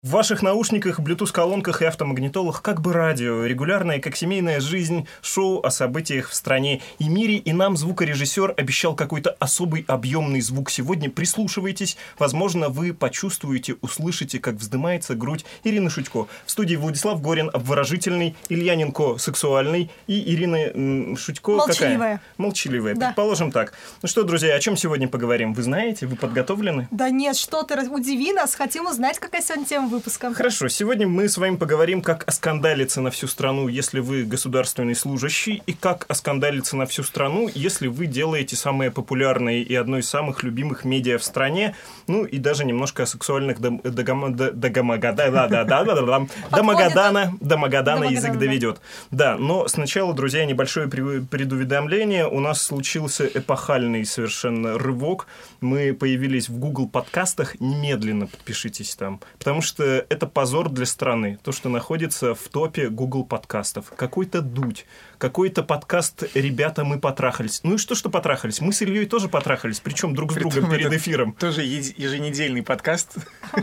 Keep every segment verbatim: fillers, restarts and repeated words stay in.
В ваших наушниках, Bluetooth-колонках и автомагнитолах как бы радио, регулярное, как семейная жизнь, шоу о событиях в стране и мире, и нам звукорежиссер обещал какой-то особый объемный звук сегодня. Прислушивайтесь, возможно, вы почувствуете, услышите, как вздымается грудь Ирины Шутько. В студии Владислав Горин, обворожительный, Илья Ненко, сексуальный, и Ирина м, Шутько... Молчаливая. Какая? Молчаливая, да. Предположим так. Ну что, друзья, о чем сегодня поговорим? Вы знаете, вы подготовлены? Да нет, что ты, удиви нас, хотим узнать, какая сегодня тема выпуска. Хорошо, сегодня мы с вами поговорим, как оскандалиться на всю страну, если вы государственный служащий, и как оскандалиться на всю страну, если вы делаете самое популярное и одно из самых любимых медиа в стране, ну и даже немножко о сексуальных Домагадана, Домагадана язык доведет. Да, но сначала, друзья, небольшое предуведомление. У нас случился эпохальный совершенно рывок. Мы появились в Google подкастах. Немедленно подпишитесь там, потому что это позор для страны, то, что находится в топе Google подкастов. Какой-то дудь, какой-то подкаст «Ребята, мы потрахались». Ну и что, что потрахались? Мы с Ильей тоже потрахались, причем друг с другом перед эфиром. Тоже еженедельный подкаст.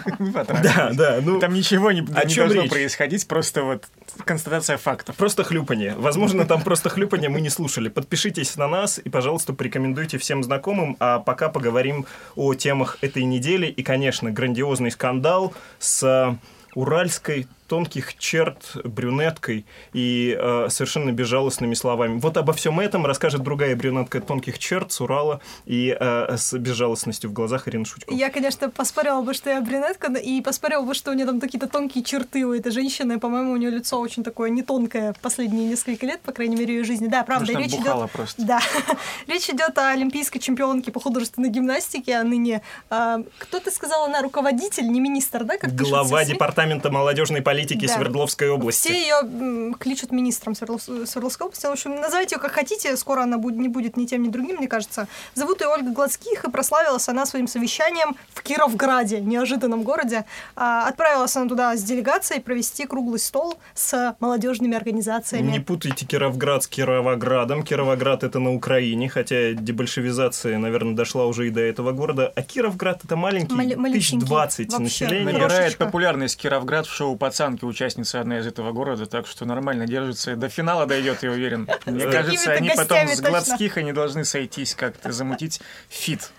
Да, да. Там ничего не должно происходить, просто вот констатация фактов. Просто хлюпанье. Возможно, там просто хлюпанье мы не слушали. Подпишитесь на нас и, пожалуйста, порекомендуйте всем знакомым. А пока поговорим о темах этой недели. И, конечно, грандиозный скандал с уральской тонких черт брюнеткой и э, совершенно безжалостными словами. Вот обо всем этом расскажет другая брюнетка тонких черт с Урала и э, с безжалостностью в глазах Ирины Шутько. Я, конечно, поспорила бы, что я брюнетка, и поспорила бы, что у нее там какие-то тонкие черты у этой женщины, и, по-моему, у нее лицо очень такое не тонкое последние несколько лет, по крайней мере, ее жизни. Да, правда, речь идет... Просто. Да. Речь идет о олимпийской чемпионке по художественной гимнастике, а ныне... Э, кто ты сказала, она руководитель, не министр, да? Как глава департамента молодежной политики политики да. Свердловской области. Все ее кличут министром Свердлов... Свердловской области. В общем, называйте ее как хотите, скоро она будет, не будет ни тем, ни другим, мне кажется. Зовут ее Ольга Гладских, и прославилась она своим совещанием в Кировграде, неожиданном городе. А, отправилась она туда с делегацией провести круглый стол с молодежными организациями. Не путайте Кировград с Кировоградом. Кировоград — это на Украине, хотя дебольшевизация, наверное, дошла уже и до этого города. А Кировград — это маленький, Мал- тысяч двадцать населения. Набирает популярность Кировград в шоу «Пацанки», участница одна из этого города, так что нормально держится. До финала дойдет, я уверен. Мне кажется, они потом с Гладских они должны сойтись как-то, замутить фит.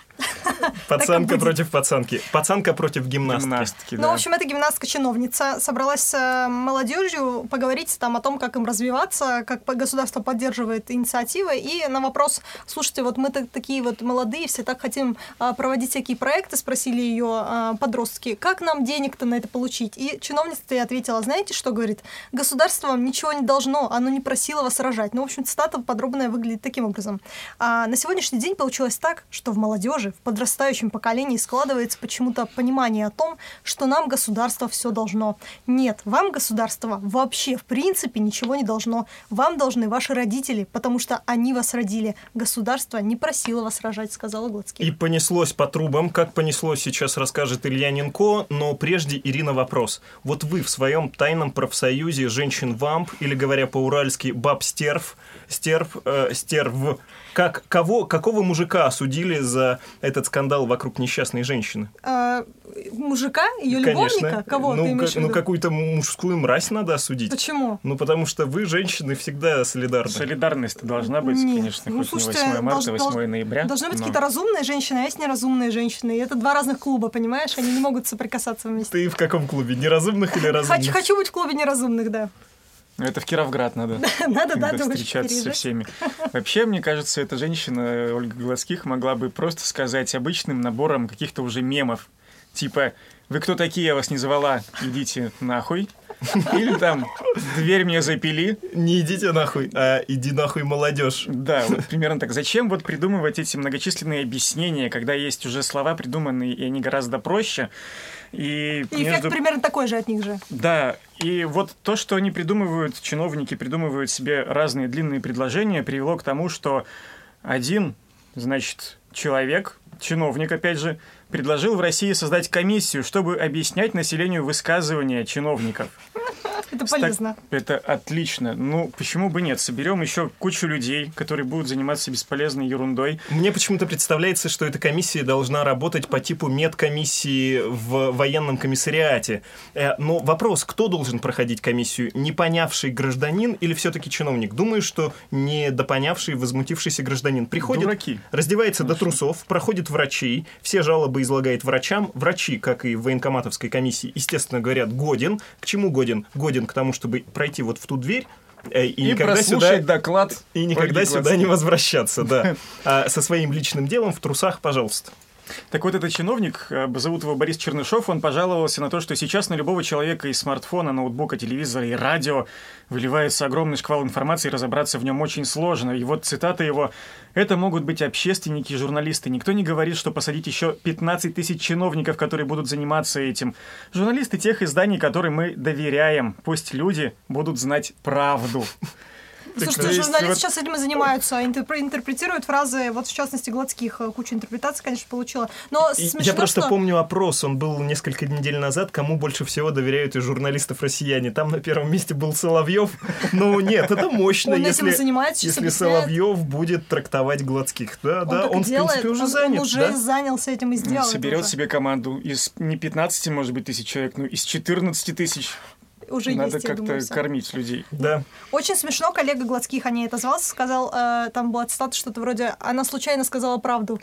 Пацанка против пацанки. Пацанка против гимнастки. гимнастки да. Ну, в общем, эта гимнастка-чиновница собралась с молодежью поговорить там о том, как им развиваться, как государство поддерживает инициативы. И на вопрос: слушайте, вот мы такие вот молодые, все так хотим проводить всякие проекты, спросили ее подростки, как нам денег-то на это получить? И чиновница ей ответила: знаете, что говорит? Государство вам ничего не должно, оно не просило вас рожать. Ну, в общем, цитата подробная выглядит таким образом. А на сегодняшний день получилось так, что в молодежи, в подрастающем поколении складывается почему-то понимание о том, что нам государство все должно. Нет, вам государство вообще в принципе ничего не должно. Вам должны ваши родители, потому что они вас родили. Государство не просило вас рожать, сказала Гладских. И понеслось по трубам. Как понеслось, сейчас расскажет Илья Ненко. Но прежде, Ирина, вопрос. Вот вы в своем тайном профсоюзе женщин-вамп, или, говоря по-уральски, баб-стерв, стерв, э, стерв, как, кого, какого мужика осудили за этот скандал вокруг несчастной женщины? А, мужика? Ее любовника? Кого ну, ты имеешь в виду? Ну, какую-то мужскую мразь надо осудить. Почему? Ну, потому что вы, женщины, всегда солидарны. Солидарность должна быть, Нет. конечно, ну, хоть слушайте, не восьмое марта, восьмое ноября. Должны быть но... какие-то разумные женщины, а есть неразумные женщины. И это два разных клуба, понимаешь? Они не могут соприкасаться вместе. Ты в каком клубе? Неразумных или разумных? Хочу, хочу быть в клубе неразумных, да. Это в Кировград надо. Надо, да, встречаться со всеми. Вообще, мне кажется, эта женщина, Ольга Гладских, могла бы просто сказать обычным набором каких-то уже мемов. Типа: вы кто такие, я вас не звала, идите нахуй. Или там: дверь мне запили. Не идите нахуй, а иди нахуй, молодежь. Да, вот примерно так. Зачем вот придумывать эти многочисленные объяснения, когда есть уже слова придуманные, и они гораздо проще. И, и между... эффект примерно такой же от них же. Да, и вот то, что они придумывают, чиновники придумывают себе разные длинные предложения, привело к тому, что один, значит, человек, чиновник, опять же, предложил в России создать комиссию, чтобы объяснять населению высказывания чиновников. Это полезно. Это отлично. Ну, почему бы нет? Соберем еще кучу людей, которые будут заниматься бесполезной ерундой. Мне почему-то представляется, что эта комиссия должна работать по типу медкомиссии в военном комиссариате. Но вопрос, кто должен проходить комиссию? Не понявший гражданин или все-таки чиновник? Думаю, что не допонявший, возмутившийся гражданин приходит, Дураки. раздевается Конечно. до трусов, проходит врачей, все жалобы излагает врачам. Врачи, как и в военкоматовской комиссии, естественно, говорят, годен. К чему годен? Годен к тому, чтобы пройти вот в ту дверь и, И, никогда прослушать сюда, доклад. и никогда Ольги сюда Глазки. не возвращаться, да. А со своим личным делом в трусах, пожалуйста. Так вот, этот чиновник, э, зовут его Борис Чернышов, он пожаловался на то, что сейчас на любого человека из смартфона, ноутбука, телевизора и радио выливается огромный шквал информации, разобраться в нем очень сложно. И вот цитата его: «Это могут быть общественники, журналисты. Никто не говорит, что посадить еще пятнадцать тысяч чиновников, которые будут заниматься этим. Журналисты тех изданий, которым мы доверяем. Пусть люди будут знать правду». Слушайте, То есть журналисты вот- сейчас этим и занимаются, интерпре- интерпретируют фразы, вот в частности, Гладских кучу интерпретаций, конечно, получила. Но И смешно, Я просто что... помню опрос, он был несколько недель назад, кому больше всего доверяют из журналистов россияне. Там на первом месте был Соловьев. Ну нет, это мощно, Он этим и если, занимается, сейчас если объясняет. Соловьев будет трактовать Гладских. Да, Он да, так и он в делает, принципе уже он, занят. он уже да. занялся этим и сделал. это Соберет уже. себе команду из не пятнадцати, может быть, тысяч человек, но из четырнадцати тысяч. Уже Надо есть, я как-то думаю, всё. кормить людей. Да. Очень смешно, коллега Гладских о ней отозвался, сказал, э, там была цитата, что-то вроде «она случайно сказала правду».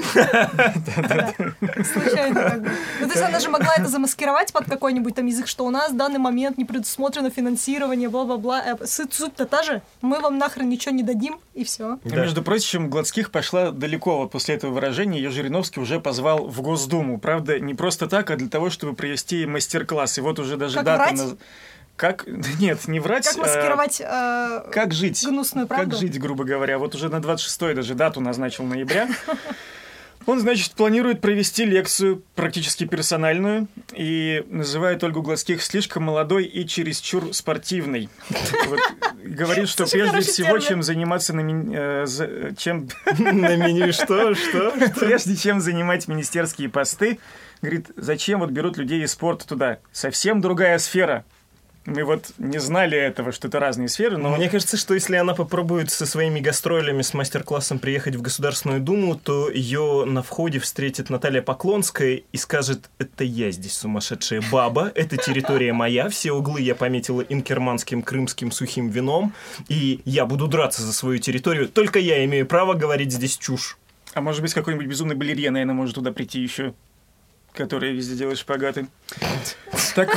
Да, случайно как бы. Ну, то есть она же могла это замаскировать под какой-нибудь там язык, что у нас в данный момент не предусмотрено финансирование, бла-бла-бла. Э, Суть- Суть-то та же, мы вам нахрен ничего не дадим, и все. А Да. между прочим, Гладских пошла далеко. Вот после этого выражения ее Жириновский уже позвал в Госдуму. Правда, не просто так, а для того, чтобы провести мастер-класс. И вот уже даже Как дата... врать? наз- Как... Нет, не врать. Как а маскировать э, Как жить? гнусную правду? Как жить, грубо говоря. Вот уже на двадцать шестое даже дату назначил ноября. Он, значит, планирует провести лекцию, практически персональную, и называет Ольгу Гладских слишком молодой и чересчур спортивной. Вот, говорит, что Очень прежде хороший всего, термин. чем заниматься на ми- э, за- чем На меню что? Что? прежде чем занимать министерские посты, говорит, зачем вот берут людей из спорта туда? Совсем другая сфера. Мы вот не знали этого, что это разные сферы, но... Мне кажется, что если она попробует со своими гастролями, с мастер-классом приехать в Государственную Думу, то ее на входе встретит Наталья Поклонская и скажет: это я здесь сумасшедшая баба, это территория моя, все углы я пометила инкерманским крымским сухим вином, и я буду драться за свою территорию, только я имею право говорить здесь чушь. А может быть, какой-нибудь безумный балерье, наверное, может туда прийти еще, который везде делает шпагаты. Так,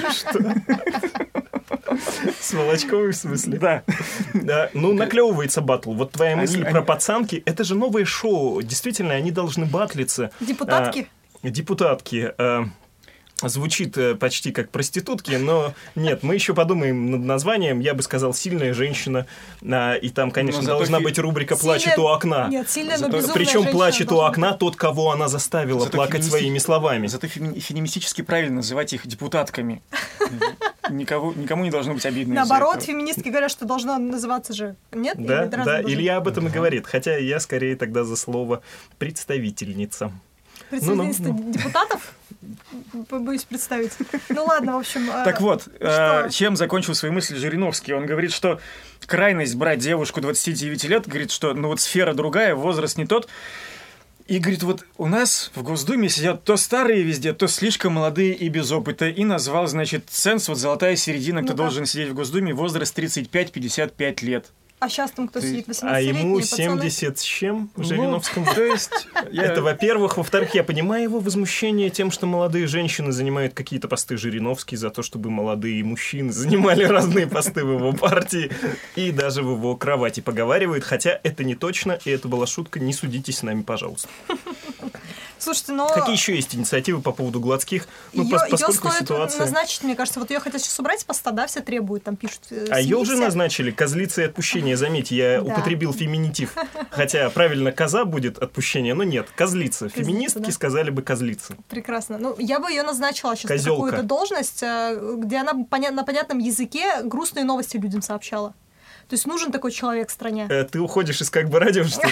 С Волочковой, в смысле? да. Да, ну, наклевывается батл. Вот твоя Они- мысль они- про пацанки, это же новое шоу. Действительно, они должны батлиться. Депутатки? А, депутатки. а, Звучит э, почти как проститутки, но нет, мы еще подумаем над названием. Я бы сказал «Сильная женщина». а, И там, конечно, Но зато должна фи- быть рубрика Сильная- «Плачет у окна». Нет, сильная, но Зато- безумная Причем женщина плачет у должна окна тот, кого она заставила Зато плакать феминисти- своими словами. Зато феми- феминистически правильно называть их депутатками. Никого, никому не должно быть обидно. из-за Наоборот, этого. феминистки говорят, что должно называться же. Нет? Да, Или разве да, должно? Илья об этом и говорит. Хотя я скорее тогда за слово «представительница». Представительство Ну, депутатов? Боюсь представить. Ну ладно, в общем. э, Так вот, э, что? чем закончил свои мысли Жириновский? Он говорит, что крайность брать девушку двадцати девяти лет, говорит, что ну вот сфера другая, возраст не тот. И говорит, вот у нас в Госдуме сидят то старые везде, то слишком молодые и без опыта. И назвал, значит, ценз, вот золотая середина, кто Ну-ка. должен сидеть в Госдуме, возраст тридцать пять - пятьдесят пять лет. А сейчас там кто Ты- сидит? А восемнадцатилетние ему пацаны? семьдесят с чем, Ну, Жириновскому? то есть... я- Это, во-первых. Во-вторых, я понимаю его возмущение тем, что молодые женщины занимают какие-то посты. Жириновский за то, чтобы молодые мужчины занимали разные посты в его партии и даже в его кровати поговаривают. Хотя это не точно, и это была шутка. Не судите с нами, пожалуйста. Слушайте, но... Какие еще есть инициативы по поводу Гладских? Ну, Ее, просто ее поскольку стоит ситуация... назначить, мне кажется. Вот ее хотят сейчас убрать с поста, да, все требуют, там пишут. э, А ее СМИ уже все. назначили. Козлица и отпущение. Заметьте, я Да. употребил феминитив. Хотя правильно коза будет отпущение, но нет. Козлица. Козлица, Феминистки да. сказали бы козлица. Прекрасно. Ну, я бы ее назначила сейчас на Козёлка. какую-то должность, э, где она поня- на понятном языке грустные новости людям сообщала. То есть нужен такой человек в стране. Э, ты уходишь из как бы радио, что ли?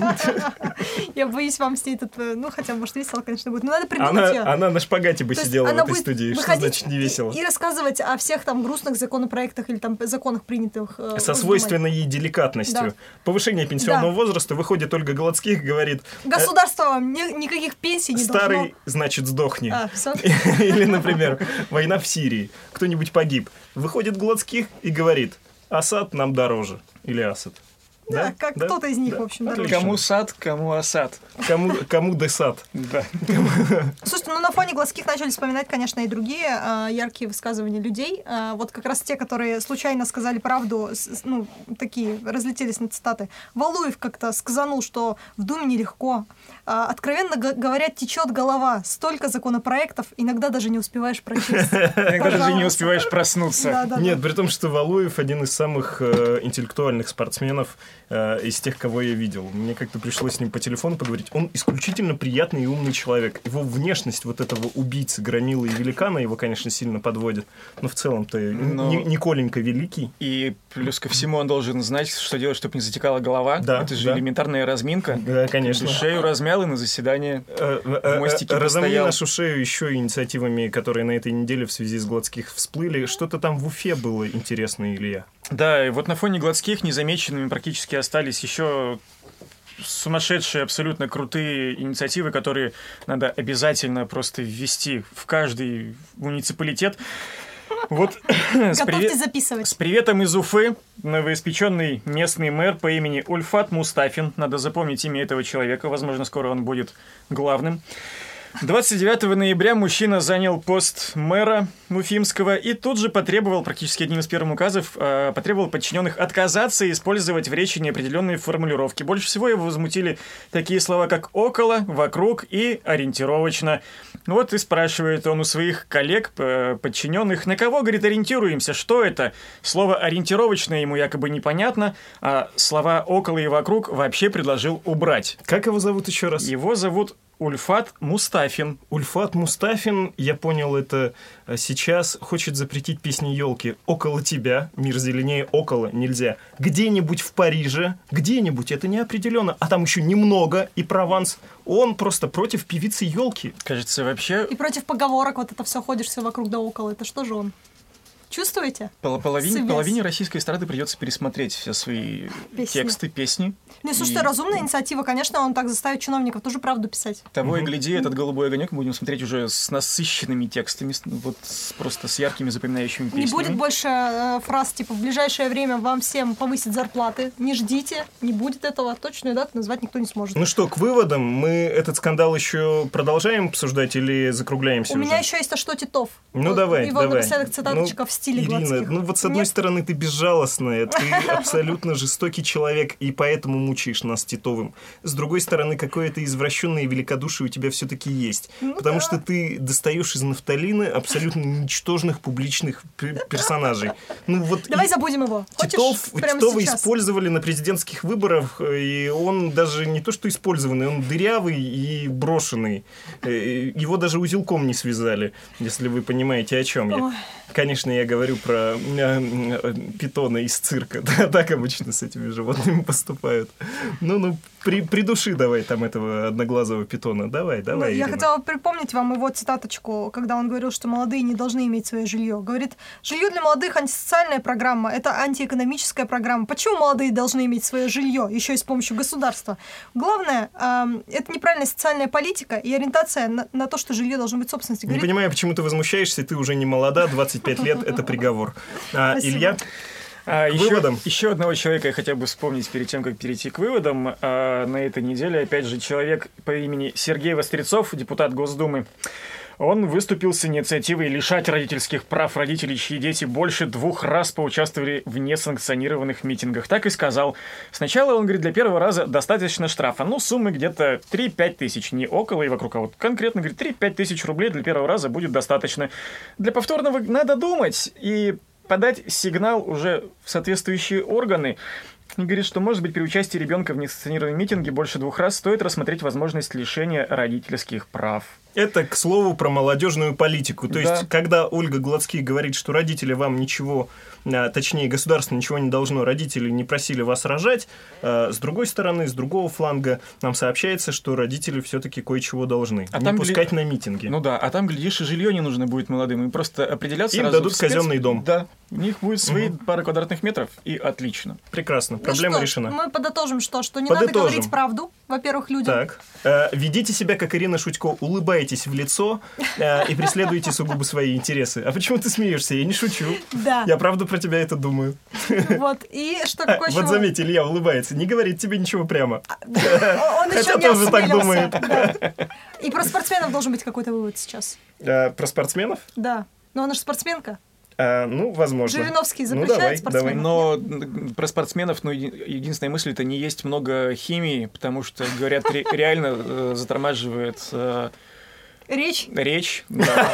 Я боюсь вам с ней тут... Ну, хотя, может, весело, конечно, будет. Но надо придумать ее. Она на шпагате бы сидела в этой студии. Что значит не весело? И рассказывать о всех там грустных законопроектах или там законах, принятых... Со свойственной ей деликатностью. Повышение пенсионного возраста. Выходит Ольга Гладских, говорит... Государство вам никаких пенсий не должно. Старый, значит, сдохни. Или, например, война в Сирии. Кто-нибудь погиб. Выходит Гладских и говорит: Асад нам дороже. Или Асад. Да, да? как да? кто-то из них, да? В общем, дороже. Кому сад, кому Асад. Кому, кому десад. Да. Слушайте, ну на фоне Гладских начали вспоминать, конечно, и другие э, яркие высказывания людей. Э, вот как раз те, которые случайно сказали правду, с, ну, такие, разлетелись на цитаты. Валуев как-то сказанул, что в Думе нелегко. Э, откровенно г- говоря, течет голова. Столько законопроектов, иногда даже не успеваешь прочесть. Иногда даже не успеваешь проснуться. Нет, при том, что Валуев один из самых интеллектуальных спортсменов из тех, кого я видел. Мне как-то пришлось с ним по телефону поговорить. Он исключительно приятный и умный человек. Его внешность вот этого убийцы, громилы и великана его, конечно, сильно подводит. Но в целом-то Но... Николенька великий. И плюс ко всему он должен знать, что делать, чтобы не затекала голова. Да, Это же да. элементарная разминка. Да, конечно. Шею размял и на заседание в мостике Разомни постоял. нашу шею еще инициативами, которые на этой неделе в связи с Гладских всплыли. Что-то там в Уфе было интересное, Илья. Да, и вот на фоне Гладских незамеченными практически остались еще сумасшедшие, абсолютно крутые инициативы, которые надо обязательно просто ввести в каждый муниципалитет. Вот с, привет... с приветом из Уфы новоиспеченный местный мэр по имени Ульфат Мустафин. Надо запомнить имя этого человека, возможно, скоро он будет главным. двадцать девятого ноября мужчина занял пост мэра Уфимского и тут же потребовал, практически одним из первых указов, э, потребовал подчиненных отказаться использовать в речи неопределенные формулировки. Больше всего его возмутили такие слова, как «около», «вокруг» и «ориентировочно». Вот и спрашивает он у своих коллег, подчиненных, на кого, говорит, ориентируемся, что это? Слово «ориентировочно» ему якобы непонятно, а слова «около» и «вокруг» вообще предложил убрать. Как его зовут еще раз? Его зовут Ульфат Мустафин. Ульфат Мустафин, я понял это сейчас, хочет запретить песни «Елки». «Около тебя», «Мир зеленее», «Около» нельзя. Где-нибудь в Париже, где-нибудь, это неопределенно, а там еще немного, и Прованс. Он просто против певицы «Елки». Кажется, вообще... И против поговорок, вот это все ходишь все вокруг да около, это что же он? Чувствуете? Пол- половине, половине российской эстрады придется пересмотреть все свои песни. тексты, песни. Ну, слушайте, и... разумная инициатива, конечно, он так заставит чиновников тоже правду писать. Того угу. и гляди, этот «Голубой огонек» мы будем смотреть уже с насыщенными текстами, вот с, просто с яркими запоминающими песнями. Не будет больше э, фраз типа «в ближайшее время вам всем повысят зарплаты», «не ждите», не будет этого, точную дату назвать никто не сможет. Ну что, к выводам, мы этот скандал еще продолжаем обсуждать или закругляемся У уже? меня еще есть «А что, Титов?» Ну, давай, Его давай. напоследок цитаточка ну, в стиле Ирина, Гладских. ну вот с одной Нет? стороны ты безжалостная, ты абсолютно жестокий человек, и поэтому мучаешь нас Титовым. С другой стороны, какое-то извращенное великодушие у тебя все-таки есть. Ну, потому да. что ты достаешь из нафталины абсолютно ничтожных публичных персонажей. Ну, вот Давай и... забудем его. Титов, Хочешь, прямо Титова сейчас? Использовали на президентских выборах, и он даже не то что использованный, он дырявый и брошенный. Его даже узелком не связали, если вы понимаете, о чем я. Ой. Конечно, я говорю про э, питона из цирка. Да, так обычно с этими животными поступают. Ну, ну, при, придуши давай там этого одноглазого питона. Давай, давай, ну, Я Ирина. хотела припомнить вам его цитаточку, когда он говорил, что молодые не должны иметь свое жилье. Говорит, жилье для молодых антисоциальная программа, это антиэкономическая программа. Почему молодые должны иметь свое жилье, еще и с помощью государства? Главное, э, это неправильная социальная политика и ориентация на, на то, что жилье должно быть собственностью. Не понимаю, почему ты возмущаешься, ты уже не молода, двадцать пять лет, это приговор. А, Илья? А, к еще, выводам. Еще одного человека я хотел бы вспомнить перед тем, как перейти к выводам. А, на этой неделе, опять же, человек по имени Сергей Вострецов, депутат Госдумы. Он выступил с инициативой лишать родительских прав родителей, чьи дети больше двух раз поучаствовали в несанкционированных митингах. Так и сказал. Сначала, он говорит, для первого раза достаточно штрафа. Ну, суммы где-то три-пять тысяч. Не около и вокруг, а вот конкретно, говорит, три-пять тысяч рублей для первого раза будет достаточно. Для повторного надо думать и подать сигнал уже в соответствующие органы. И говорит, что, может быть, при участии ребенка в несанкционированном митинге больше двух раз стоит рассмотреть возможность лишения родительских прав. Это, к слову, про молодежную политику. То Да. есть, когда Ольга Гладских говорит, что родители вам ничего, а, точнее, государство ничего не должно, родители не просили вас рожать, а, с другой стороны, с другого фланга нам сообщается, что родители все-таки кое-чего должны. А не там пускать гля- на митинги. Ну да, а там, глядишь, и жилье не нужно будет молодым. Им просто определяться Им сразу дадут в спец- казенный дом. Да, у них будет свои пара квадратных метров, и отлично. Прекрасно, Ну проблема что ж, решена. Мы подытожим, что, что не надо Подытожим. говорить правду, во-первых, людям. Так, э, ведите себя, как Ирина Шутько, улыбайтесь в лицо э, и преследуйте сугубо свои интересы. А почему ты смеешься? Я не шучу. Да. Я правда про тебя это думаю. Вот. И что А, какой вот еще- заметь, Илья улыбается, не говорит тебе ничего прямо. Он еще Хотя не тоже так осмелился. думает. Да. И про спортсменов должен быть какой-то вывод сейчас. Э, про спортсменов? Да. Но она же спортсменка. Э, ну, возможно. Жириновский Ну, запрещает давай, спортсменов. Но м, про спортсменов, ну, еди- единственная мысль, это не есть много химии, потому что, говорят, ре- реально э, затормаживает э, Речь. речь. Да.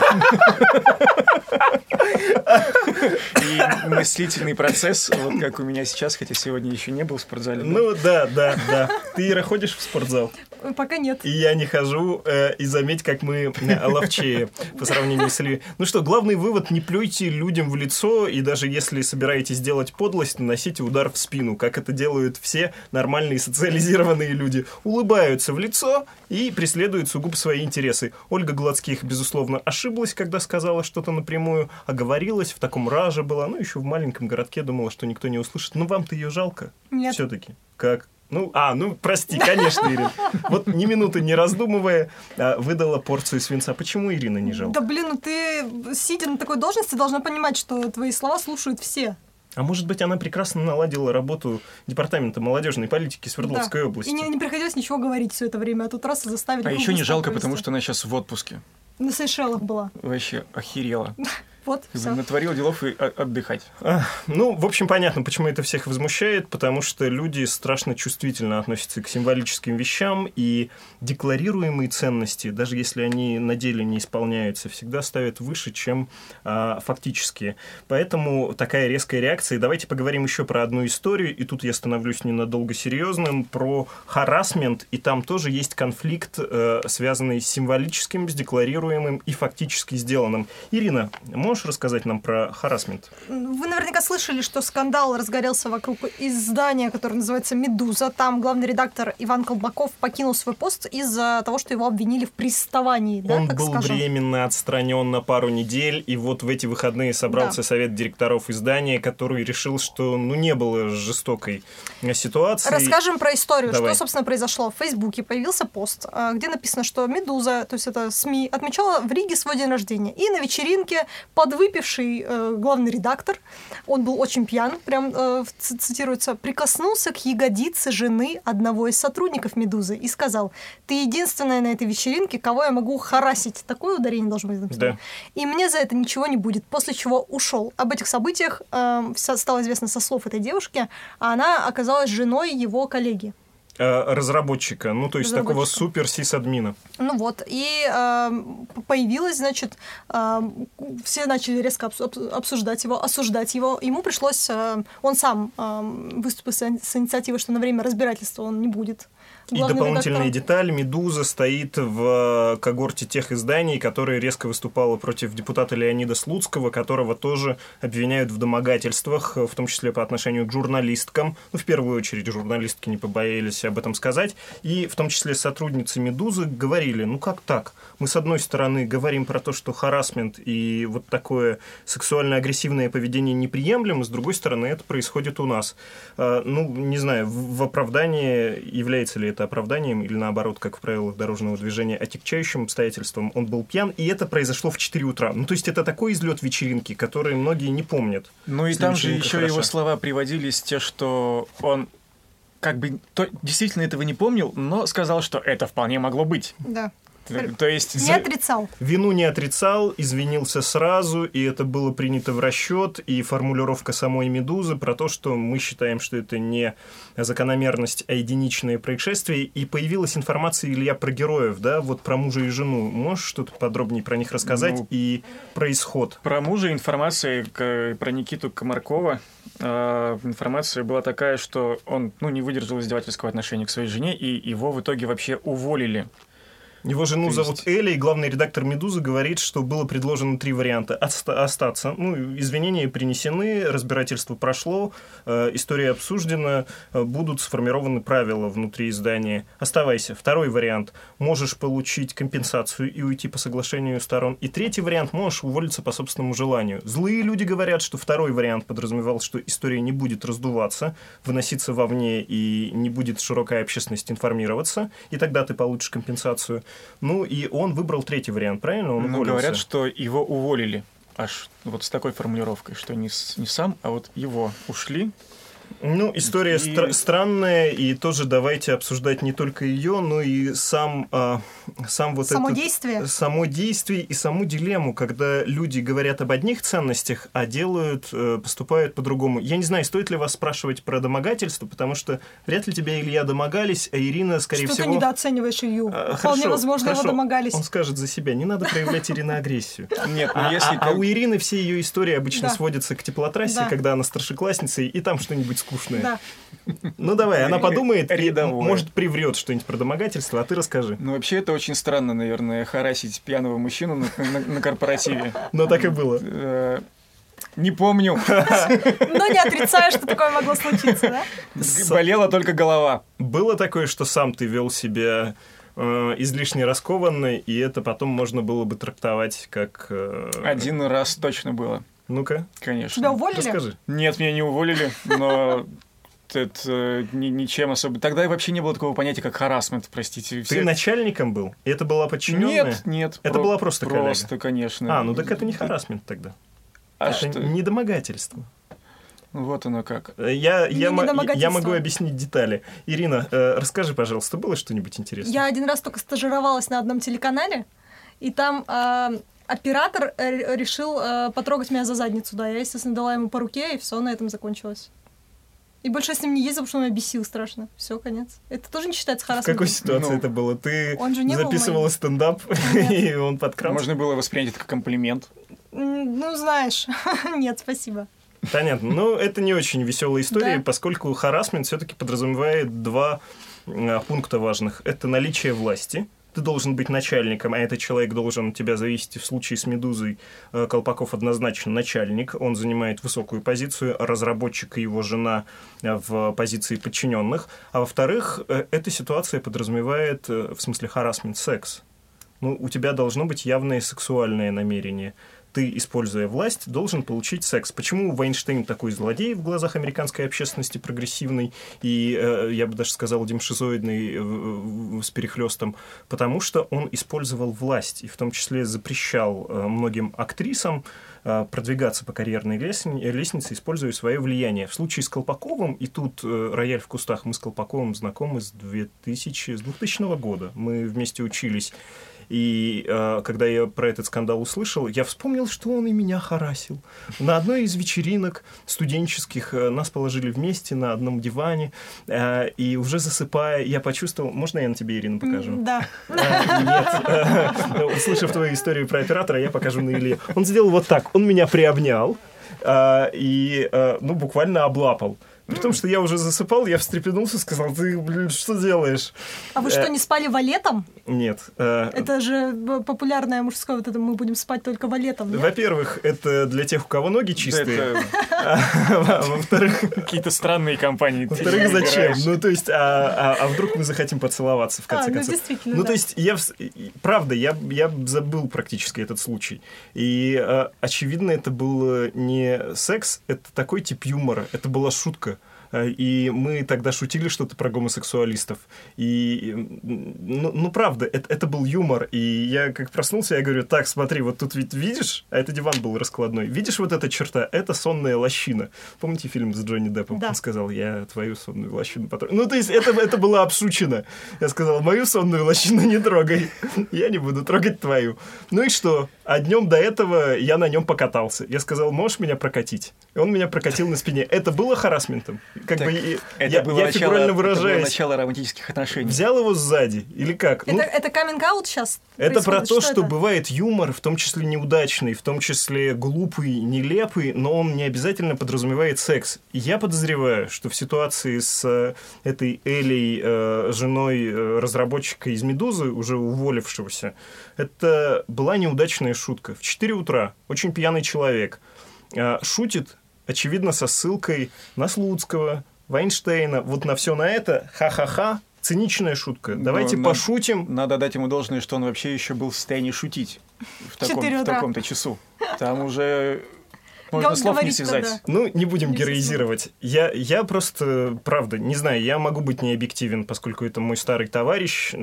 И мыслительный процесс, вот как у меня сейчас, хотя сегодня еще не был в спортзале. но- Ну, да, да, да. Ты, Ира, ходишь в спортзал? Пока нет. И я не хожу, э, и заметь, как мы э, ловчее по сравнению с Ильей. Ну что, главный вывод: не плюйте людям в лицо, и даже если собираетесь делать подлость, наносите удар в спину, как это делают все нормальные социализированные люди. Улыбаются в лицо и преследуют сугубо свои интересы. Ольга Гладских, безусловно, ошиблась, когда сказала что-то напрямую, оговорилась, в таком раже была, ну еще в маленьком городке думала, что никто не услышит. Ну вам-то ее жалко? Нет. Все-таки. Как? Ну, а, ну, прости, конечно, Ирина. Вот ни минуты не раздумывая, а, выдала порцию свинца. Почему Ирина не жалко? Да блин, ну ты, сидя на такой должности, должна понимать, что твои слова слушают все. А может быть, она прекрасно наладила работу департамента молодежной политики Свердловской Да. области? И не, не приходилось ничего говорить все это время, а тут раз и заставили. А еще не быстро жалко, провести. потому что она сейчас в отпуске. На Сейшелах была. Вообще охерела. Вот, все. Натворила делов и о- отдыхать. А, ну, в общем, понятно, почему это всех возмущает, потому что люди страшно чувствительно относятся к символическим вещам, и декларируемые ценности, даже если они на деле не исполняются, всегда ставят выше, чем а, фактические. Поэтому такая резкая реакция. И давайте поговорим еще про одну историю, и тут я становлюсь ненадолго серьезным, про харассмент, и там тоже есть конфликт, э, связанный с символическим, с декларируемым и фактически сделанным. Ирина, можешь рассказать нам про харассмент? Вы наверняка слышали, что скандал разгорелся вокруг издания, которое называется «Медуза». Там главный редактор Иван Колбаков покинул свой пост из-за того, что его обвинили в приставании. Да, Он так был скажем. временно отстранен на пару недель, и вот в эти выходные собрался Да. совет директоров издания, который решил, что ну, не было жестокой ситуации. Расскажем про историю, Давай. что, собственно, произошло. В Фейсбуке появился пост, а, где написано, что «Медуза», то есть это СМИ, отмечала в Риге свой день рождения. И на вечеринке подвыпивший э, главный редактор, он был очень пьян, прям э, ц- цитируется, прикоснулся к ягодице жены одного из сотрудников «Медузы» и сказал: «Ты единственная на этой вечеринке, кого я могу харасить». Такое ударение должно быть. в этом слове. Да. И мне за это ничего не будет. После чего ушел. Об этих событиях э, вся- стало известно со слов этой девушки, а она оказалась женой его коллеги. Э, Разработчика, ну то есть такого Разработчика. супер-сисадмина. Ну вот, и э, появилась, значит, э, все начали резко обс- обс- обсуждать его, осуждать его. Ему пришлось, э, он сам э, выступил с, с инициативой, что на время разбирательства он не будет. И главным дополнительная редактором. деталь: «Медуза» стоит в когорте тех изданий, которые резко выступала против депутата Леонида Слуцкого, которого тоже обвиняют в домогательствах, в том числе по отношению к журналисткам. Ну, в первую очередь, журналистки не побоялись об этом сказать. И в том числе сотрудницы «Медузы» говорили: ну как так? Мы, с одной стороны, говорим про то, что харассмент и вот такое сексуально-агрессивное поведение неприемлемо, с другой стороны, это происходит у нас. А, ну, не знаю, в, в оправдании, является ли это оправданием или, наоборот, как в правилах дорожного движения, отягчающим обстоятельством, он был пьян, и это произошло в четыре утра. Ну, то есть это такой излет вечеринки, который многие не помнят. Ну и Если там же вечеринка еще хороша. его слова приводились, те, что он как бы то, действительно этого не помнил, но сказал, что это вполне могло быть. Да. То есть... Не отрицал. Вину не отрицал, извинился сразу, и это было принято в расчет, и формулировка самой «Медузы» про то, что мы считаем, что это не закономерность, а единичное происшествие, и появилась информация, Илья, про героев, да, вот про мужа и жену. Можешь что-то подробнее про них рассказать ну, и про исход? Про мужа информация про Никиту Комаркова. Э, информация была такая, что он ну, не выдержал издевательского отношения к своей жене, и его в итоге вообще уволили. Его жену есть... зовут Эля, и главный редактор «Медузы» говорит, что было предложено три варианта. Оста- остаться. Ну, извинения принесены, разбирательство прошло, э, история обсуждена, э, будут сформированы правила внутри издания. Оставайся. Второй вариант. Можешь получить компенсацию и уйти по соглашению сторон. И третий вариант. Можешь уволиться по собственному желанию. Злые люди говорят, что второй вариант подразумевал, что история не будет раздуваться, выноситься вовне и не будет широкая общественность информироваться, и тогда ты получишь компенсацию. Ну, и он выбрал третий вариант, правильно? Он ну, уволился. Говорят, что его уволили. Аж вот с такой формулировкой, что не, с, не сам, а вот его ушли. Ну, история и... стра- странная, и тоже давайте обсуждать не только ее, но и сам, а, сам вот само это... действие. Само действие и саму дилемму, когда люди говорят об одних ценностях, а делают, поступают по-другому. Я не знаю, стоит ли вас спрашивать про домогательство, потому что вряд ли тебя, Илья, домогались, а Ирина, скорее что всего... Что ты недооцениваешь Илью. А, Вполне хорошо, возможно, хорошо. его домогались. Он скажет за себя. Не надо проявлять Ирине агрессию. Нет, а, если а, как... а у Ирины все ее истории обычно да. сводятся к теплотрассе, да. когда она старшеклассница, и там что-нибудь скучное. Да. Ну давай, она подумает и, Рядовое. может, приврет что-нибудь про домогательство, а ты расскажи. Ну, вообще, это очень странно, наверное, харасить пьяного мужчину на, на, на корпоративе. Но так и было. Не помню. Но не отрицаю, что такое могло случиться, да? Болела только голова. Было такое, что сам ты вел себя э, излишне раскованно, и это потом можно было бы трактовать как... Э... Один раз точно было. Ну-ка. Конечно. Тебя уволили? Расскажи. Нет, меня не уволили, но... Это ничем особо. Тогда вообще не было такого понятия, как харассмент, простите. Все... Ты начальником был? И это была подчиненная? Нет, нет. Это про... была просто коллега? Просто, конечно. А, ну так это не харассмент тогда. А это что? Не домогательство. Вот оно как. Я, я, м- я могу объяснить детали. Ирина, э, расскажи, пожалуйста, было что-нибудь интересное? Я один раз только стажировалась на одном телеканале, и там... Э- оператор решил э, потрогать меня за задницу, да. Я, естественно, дала ему по руке, и все на этом закончилось. И больше с ним не ездил, потому что он меня бесил страшно. Все, конец. Это тоже не считается харассментом. В какой ситуации ну, это было? Ты записывала стендап, и он подкрался? Можно было воспринять это как комплимент. Ну, знаешь, нет, спасибо. Понятно. Ну, это не очень веселая история, да. поскольку харассмент все-таки подразумевает два пункта важных. Это наличие власти. Ты должен быть начальником, а этот человек должен от тебя зависеть. В случае с «Медузой» Колпаков однозначно начальник. Он занимает высокую позицию, разработчик и его жена в позиции подчиненных. А во-вторых, эта ситуация подразумевает, в смысле харассмент, секс. Ну, у тебя должно быть явное сексуальное намерение. Ты, используя власть, должен получить секс. Почему Вайнштейн такой злодей в глазах американской общественности, прогрессивный и, э, я бы даже сказал, демшизоидный э, с перехлестом? Потому что он использовал власть, и в том числе запрещал э, многим актрисам э, продвигаться по карьерной лестнице, лестнице, используя свое влияние. В случае с Колпаковым, и тут э, рояль в кустах, мы с Колпаковым знакомы с, двухтысячного, с двухтысячного года. Мы вместе учились. И э, когда я про этот скандал услышал, я вспомнил, что он и меня харассил. На одной из вечеринок студенческих э, нас положили вместе на одном диване, э, и уже засыпая, я почувствовал... Можно я на тебе, Ирина, покажу? Да. Э, нет. Услышав твою историю про оператора, я покажу на Илье. Он сделал вот так. Он меня приобнял э, и э, ну, буквально облапал. При том, что я уже засыпал, я встрепенулся и сказал: ты, блин, что делаешь? А вы что, не спали валетом? Нет. Это же популярное мужское, вот это мы будем спать только валетом, нет? Во-первых, это для тех, у кого ноги чистые. Во-вторых, какие-то странные компании. Во-вторых, зачем? Ну, то есть, а вдруг мы захотим поцеловаться, в конце концов? Ну, действительно, Ну, то есть, я, правда, я забыл практически этот случай. И, очевидно, это был не секс, это такой тип юмора, это была шутка. И мы тогда шутили что-то про гомосексуалистов. И, ну, ну правда, это, это был юмор. И я как проснулся, я говорю, так, смотри, вот тут ведь видишь, а это диван был раскладной, видишь вот эта черта? Это сонная лощина. Помните фильм с Джонни Деппом? Да. Он сказал, я твою сонную лощину потрогаю. Ну, то есть это, это было обшучено. Я сказал, мою сонную лощину не трогай. Я не буду трогать твою. Ну и что? А днем до этого я на нем покатался. Я сказал, можешь меня прокатить? И он меня прокатил на спине. Это было харассментом? Как так, бы, это, я, было я начало, фигурально выражаясь. это было начало романтических отношений. Взял его сзади? Или как? Это, ну, это каминг-аут сейчас? Это про то, что, что это? бывает юмор, в том числе неудачный, в том числе глупый, нелепый, но он не обязательно подразумевает секс. И я подозреваю, что в ситуации с э, этой Элей, э, женой э, разработчика из «Медузы», уже уволившегося, это была неудачная шутка. В четыре утра очень пьяный человек э, шутит, очевидно, со ссылкой на Слуцкого, Вайнштейна, вот на все на это, ха-ха-ха, циничная шутка. Давайте Но пошутим. Надо дать ему должное, что он вообще еще был в состоянии шутить в, таком, в таком-то часу. Там уже можно Г- слов не говорить-то, связать. да. Ну, не будем Не героизировать. Я, я просто, правда, не знаю, я могу быть необъективен, поскольку это мой старый товарищ,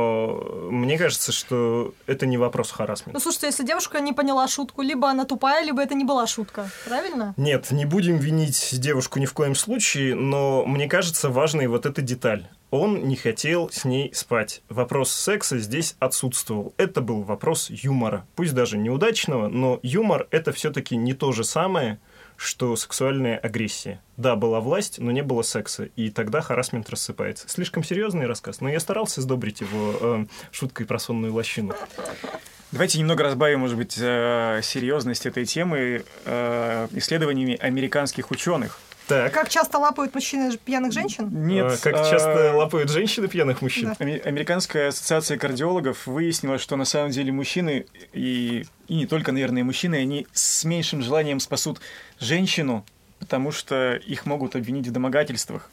но мне кажется, что это не вопрос харассмента. Ну, слушайте, если девушка не поняла шутку, либо она тупая, либо это не была шутка. Правильно? Нет, не будем винить девушку ни в коем случае, но мне кажется важной вот эта деталь. Он не хотел с ней спать. Вопрос секса здесь отсутствовал. Это был вопрос юмора. Пусть даже неудачного, но юмор — это все-таки не то же самое, что сексуальная агрессия. Да, была власть, но не было секса. И тогда харассмент рассыпается. Слишком серьезный рассказ, но я старался сдобрить его э, шуткой про сонную лощину. Давайте немного разбавим, может быть, э, серьезность этой темы э, исследованиями американских ученых. Так. Как часто лапают мужчины пьяных женщин? Нет, А, как а, часто лапают женщины пьяных мужчин? Да. Ами- Американская ассоциация кардиологов выяснила, что на самом деле мужчины, и, и не только, наверное, мужчины, они с меньшим желанием спасут женщину, потому что их могут обвинить в домогательствах.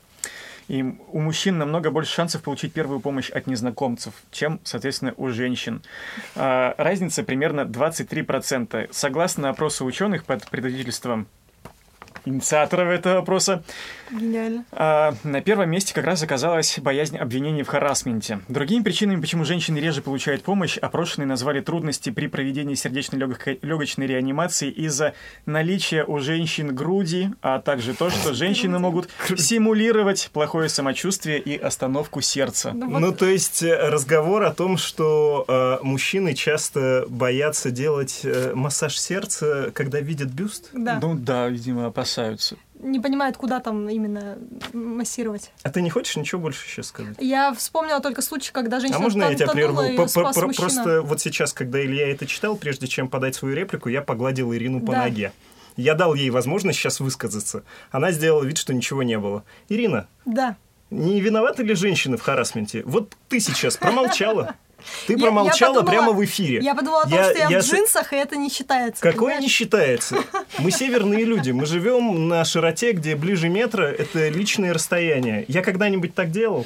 И у мужчин намного больше шансов получить первую помощь от незнакомцев, чем, соответственно, у женщин. А, разница примерно двадцать три процента. Согласно опросу ученых под предводительством инициаторов этого вопроса, Гениально. а, на первом месте как раз оказалась боязнь обвинений в харассменте. Другими причинами, почему женщины реже получают помощь, опрошенные назвали трудности при проведении сердечно-легочной реанимации из-за наличия у женщин груди, а также то, что женщины могут симулировать плохое самочувствие и остановку сердца. Ну, вот- Ну, то есть э, разговор о том, что э, мужчины часто боятся делать э, массаж сердца, когда видят бюст? Да. Ну да, видимо, опасаются. Не понимают, куда там именно массировать. А ты не хочешь ничего больше сейчас сказать? Я вспомнила только случай, когда женщина А можно я тебя тонула, прерву? и По- спас по- мужчина. Просто вот сейчас, когда Илья это читал, прежде чем подать свою реплику, я погладил Ирину по Да. ноге. Я дал ей возможность сейчас высказаться. Она сделала вид, что ничего не было. Ирина, Да. не виноваты ли женщины в харассменте? Вот ты сейчас промолчала. Ты Я- я промолчала подумала- прямо в эфире. Я подумала о том, Я- что я, я в с- джинсах, и это не считается. Какое понимаешь? не считается? Мы северные люди, мы живем на широте, где ближе метра — это личное расстояние. Я когда-нибудь так делал?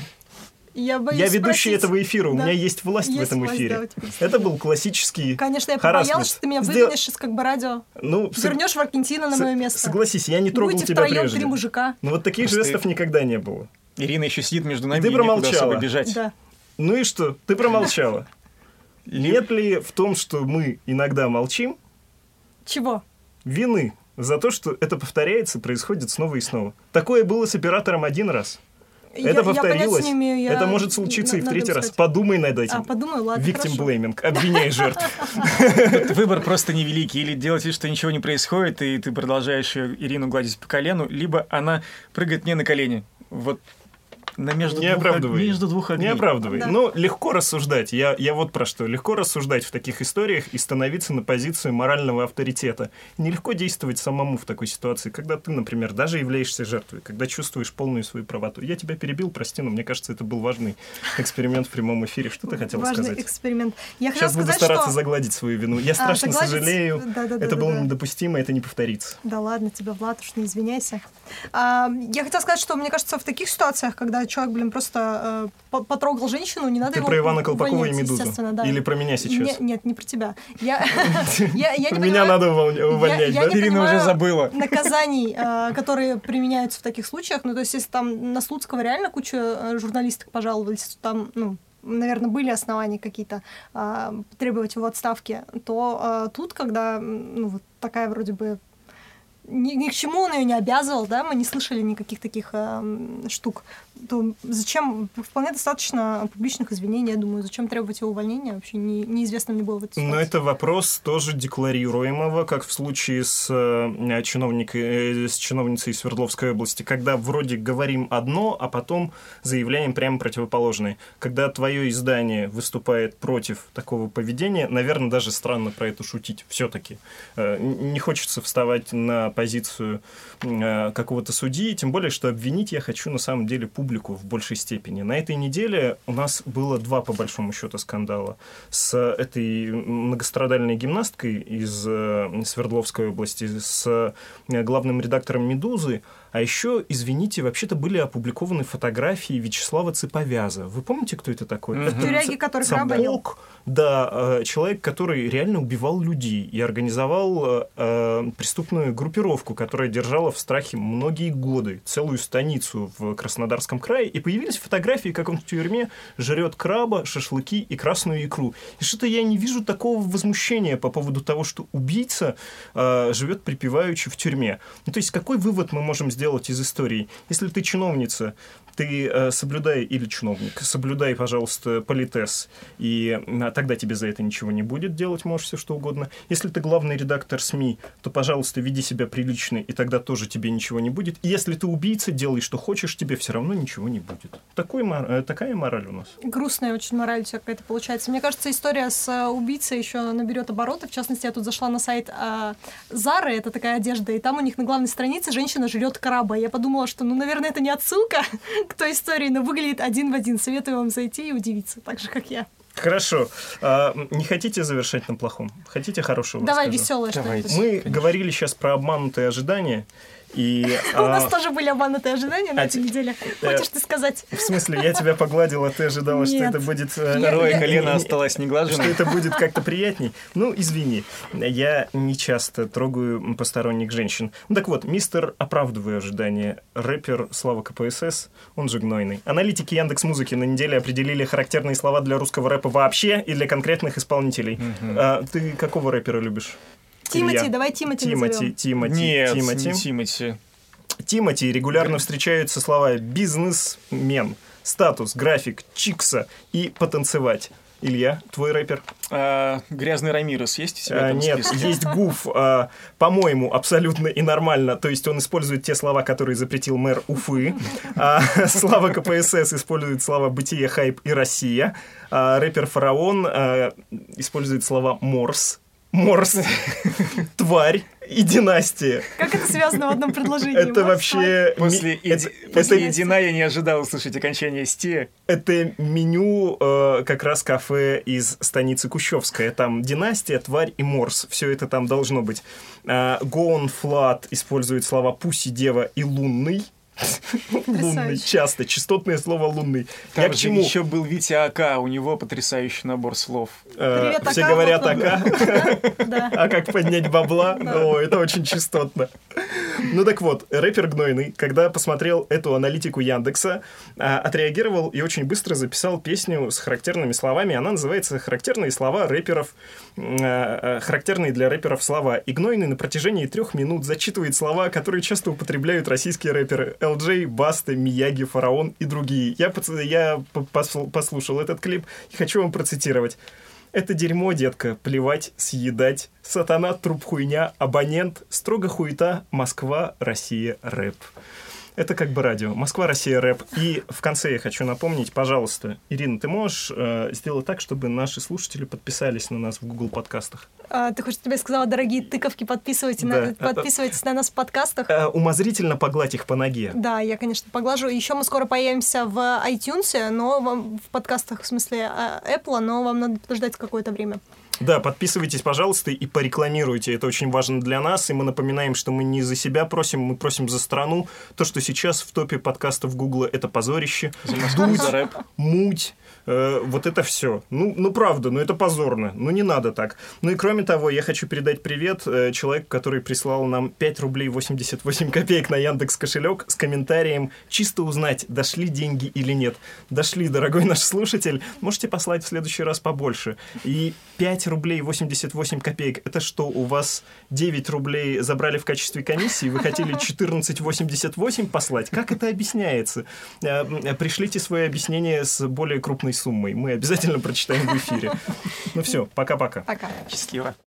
Я, боюсь Я ведущий спросить. этого эфира, у Да. меня есть власть Есть в этом власть, эфире. да, у тебя есть. Это был классический Конечно, я харассмент. побоялась, что ты меня Сдел- выведешь из как бы радио. Ну, сог- Вернешь в Аргентину на сог- мое место. Согласись, я не трогал Будете тебя втроем прежде. три мужика. Но вот таких Просто- жестов никогда не было. Ирина еще сидит между нами, Ты и некуда промолчала. особо бежать. Да. Ну и что? Ты промолчала. Нет ли в том, что мы иногда молчим, Чего? вины за то, что это повторяется, происходит снова и снова? Такое было с оператором один раз. Я- Это я понятия повторилось. не имею, я- Это может случиться и в надо третий раз. сказать. Подумай над этим. А, подумай, ладно, Victim хорошо. blaming. Обвиняй жертв. Тут выбор просто невеликий. Или делать вид, что ничего не происходит, и ты продолжаешь её, Ирину гладить по колену, либо она прыгает мне на колени. Вот на между, Не двух, оправдывай. между двух огней. Не оправдывай. Да. Ну, легко рассуждать. Я, я вот про что. Легко рассуждать в таких историях и становиться на позицию морального авторитета. Нелегко действовать самому в такой ситуации, когда ты, например, даже являешься жертвой, когда чувствуешь полную свою правоту. Я тебя перебил, прости, но мне кажется, это был важный эксперимент в прямом эфире. Что ты хотела Важный сказать? эксперимент. Я хотела Сейчас буду сказать, стараться что... загладить свою вину. Я А, страшно загладить? сожалею. Да-да-да, это было да-да. недопустимо, это не повторится. Да ладно тебе, Влад, уж не извиняйся. А, я хотела сказать, что мне кажется, в таких ситуациях, когда когда человек, блин, просто э, потрогал женщину, не надо Ты его про Ивана Колпакова и увольнять, Медузу? естественно, да. Или про меня сейчас? Не, нет, не про тебя. Я, я, я не Меня понимаю, надо увольнять, я, да? я не Ирина уже понимаю забыла. наказаний, э, которые применяются в таких случаях. Ну, то есть, если там на Слуцкого реально куча э, журналисток пожаловались, то там, ну, наверное, были основания какие-то э, требовать его отставки, то э, тут, когда, ну, вот такая вроде бы Ни, ни к чему он ее не обязывал, да, мы не слышали никаких таких э, штук, то зачем, вполне достаточно публичных извинений, я думаю, зачем требовать его увольнения, вообще не, неизвестно мне было в этой ситуации. Но это вопрос тоже декларируемого, как в случае с, э, чиновник, э, с чиновницей Свердловской области, когда вроде говорим одно, а потом заявляем прямо противоположное. Когда твое издание выступает против такого поведения, наверное, даже странно про это шутить все-таки. Э, не хочется вставать на позицию э, какого-то судьи, тем более, что обвинить я хочу на самом деле публику в большей степени. На этой неделе у нас было два, по большому счету, скандала. С этой многострадальной гимнасткой из э, Свердловской области, с э, главным редактором «Медузы», а еще, извините, вообще-то были опубликованы фотографии Вячеслава Цыповяза. Вы помните, кто это такой? Mm-hmm. Это Тюряги, который краба ел. Да, человек, который реально убивал людей и организовал э, преступную группировку, которая держала в страхе многие годы целую станицу в Краснодарском крае. И появились фотографии, как он в тюрьме жрет краба, шашлыки и красную икру. И что-то я не вижу такого возмущения по поводу того, что убийца э, живет припеваючи в тюрьме. Ну, то есть какой вывод мы можем сделать из истории? Если ты чиновница, ты э, соблюдай, или чиновник, соблюдай, пожалуйста, политез, и э, тогда тебе за это ничего не будет, делать можешь все что угодно. Если ты главный редактор СМИ, то, пожалуйста, веди себя прилично, и тогда тоже тебе ничего не будет. И если ты убийца, делай, что хочешь, тебе все равно ничего не будет. Такой, э, такая мораль у нас. Грустная очень мораль у тебя какая-то получается. Мне кажется, история с э, убийцей еще наберет обороты. В частности, я тут зашла на сайт э, Зары, это такая одежда, и там у них на главной странице женщина жрет краба. Я подумала, что, ну, наверное, это не отсылка к той истории, но выглядит один в один. Советую вам зайти и удивиться, так же, как я. Хорошо. А, не хотите завершать на плохом? Хотите хорошего? Давай расскажу? веселое что-нибудь. Мы Конечно. говорили сейчас про обманутые ожидания. И, У а... нас тоже были обманутые ожидания на а этой неделе. Хочешь ты сказать? В смысле, я тебя погладила, ты ожидала, Нет. что это будет... Второе я... колено не... осталось неглаженным. Что это будет как-то приятней. Ну, извини, я не часто трогаю посторонних женщин. Ну, так вот, мистер «Оправдываю ожидания», рэпер Слава КПСС, он же Гнойный. Аналитики Яндекс.Музыки на неделе определили характерные слова для русского рэпа вообще и для конкретных исполнителей. Mm-hmm. А, ты какого рэпера любишь? Тимати, Илья? давай Тимати Тимати, назовем. Тимати, Нет, Тимати. не Тимати. Тимати регулярно встречаются слова «бизнесмен», «статус», «график», «чикса» и «потанцевать». Илья, твой рэпер? А, Грязный Рамирес есть у тебя в этом Нет, списке? есть Гуф, а, по-моему, абсолютно и нормально. То есть он использует те слова, которые запретил мэр Уфы. А, Слава КПСС использует слова «бытие», «хайп» и «Россия». А, рэпер Фараон а, использует слова «морс», «морс», «тварь» и «династия». Как это связано в одном предложении? Это вообще... После, ми... иди... это, После это... Едина я не ожидал услышать окончание «сте». Это меню э, как раз кафе из станицы Кущевская. Там «династия», «тварь» и «морс». Все это там должно быть. Э, Гоун Флат использует слова «пуси», «дева» и «лунный». Лунный, часто. Частотное слово «лунный». Там Я к же чему? еще был Витя Ака, у него потрясающий набор слов. Привет, Все Ака, говорят вот он. «Ака». А как поднять бабла? О, это очень частотно. Ну так вот, рэпер Гнойный, когда посмотрел эту аналитику Яндекса, отреагировал и очень быстро записал песню с характерными словами. Она называется «Характерные слова рэперов», характерные для рэперов слова. И Гнойный на протяжении трех минут зачитывает слова, которые часто употребляют российские рэперы. эл джей, Баста, Мияги, Фараон и другие. Я, я послушал этот клип и хочу вам процитировать. «Это дерьмо, детка, плевать, съедать. Сатана, труп, хуйня, абонент, строго хуета, Москва, Россия, рэп». Это как бы радио. Москва, Россия, рэп. И в конце я хочу напомнить, пожалуйста, Ирина, ты можешь э, сделать так, чтобы наши слушатели подписались на нас в Google подкастах? А, ты хочешь, чтобы я сказала, дорогие тыковки, подписывайтесь, Да. на, подписывайтесь на нас в подкастах? Э, умозрительно погладь их по ноге. Да, я, конечно, поглажу. Еще мы скоро появимся в iTunes, но вам, в подкастах, в смысле Apple, но вам надо подождать какое-то время. Да, подписывайтесь, пожалуйста, и порекламируйте. Это очень важно для нас. И мы напоминаем, что мы не за себя просим, мы просим за страну. То, что сейчас в топе подкастов Гугла, это позорище. За Москву, за рэп. Муть. Э, вот это все. Ну, ну, правда, ну это позорно. Ну, не надо так. Ну и кроме того, я хочу передать привет э, человеку, который прислал нам пять рублей восемьдесят восемь копеек на Яндекс.Кошелек с комментарием чисто узнать, дошли деньги или нет. Дошли, дорогой наш слушатель. Можете послать в следующий раз побольше. И пять рублей восемьдесят восемь копеек. Это что, у вас девять рублей забрали в качестве комиссии? Вы хотели четырнадцать восемьдесят восемь послать? Как это объясняется? Пришлите свое объяснение с более крупной суммой. Мы обязательно прочитаем в эфире. Ну все, пока-пока. Пока. Счастливо.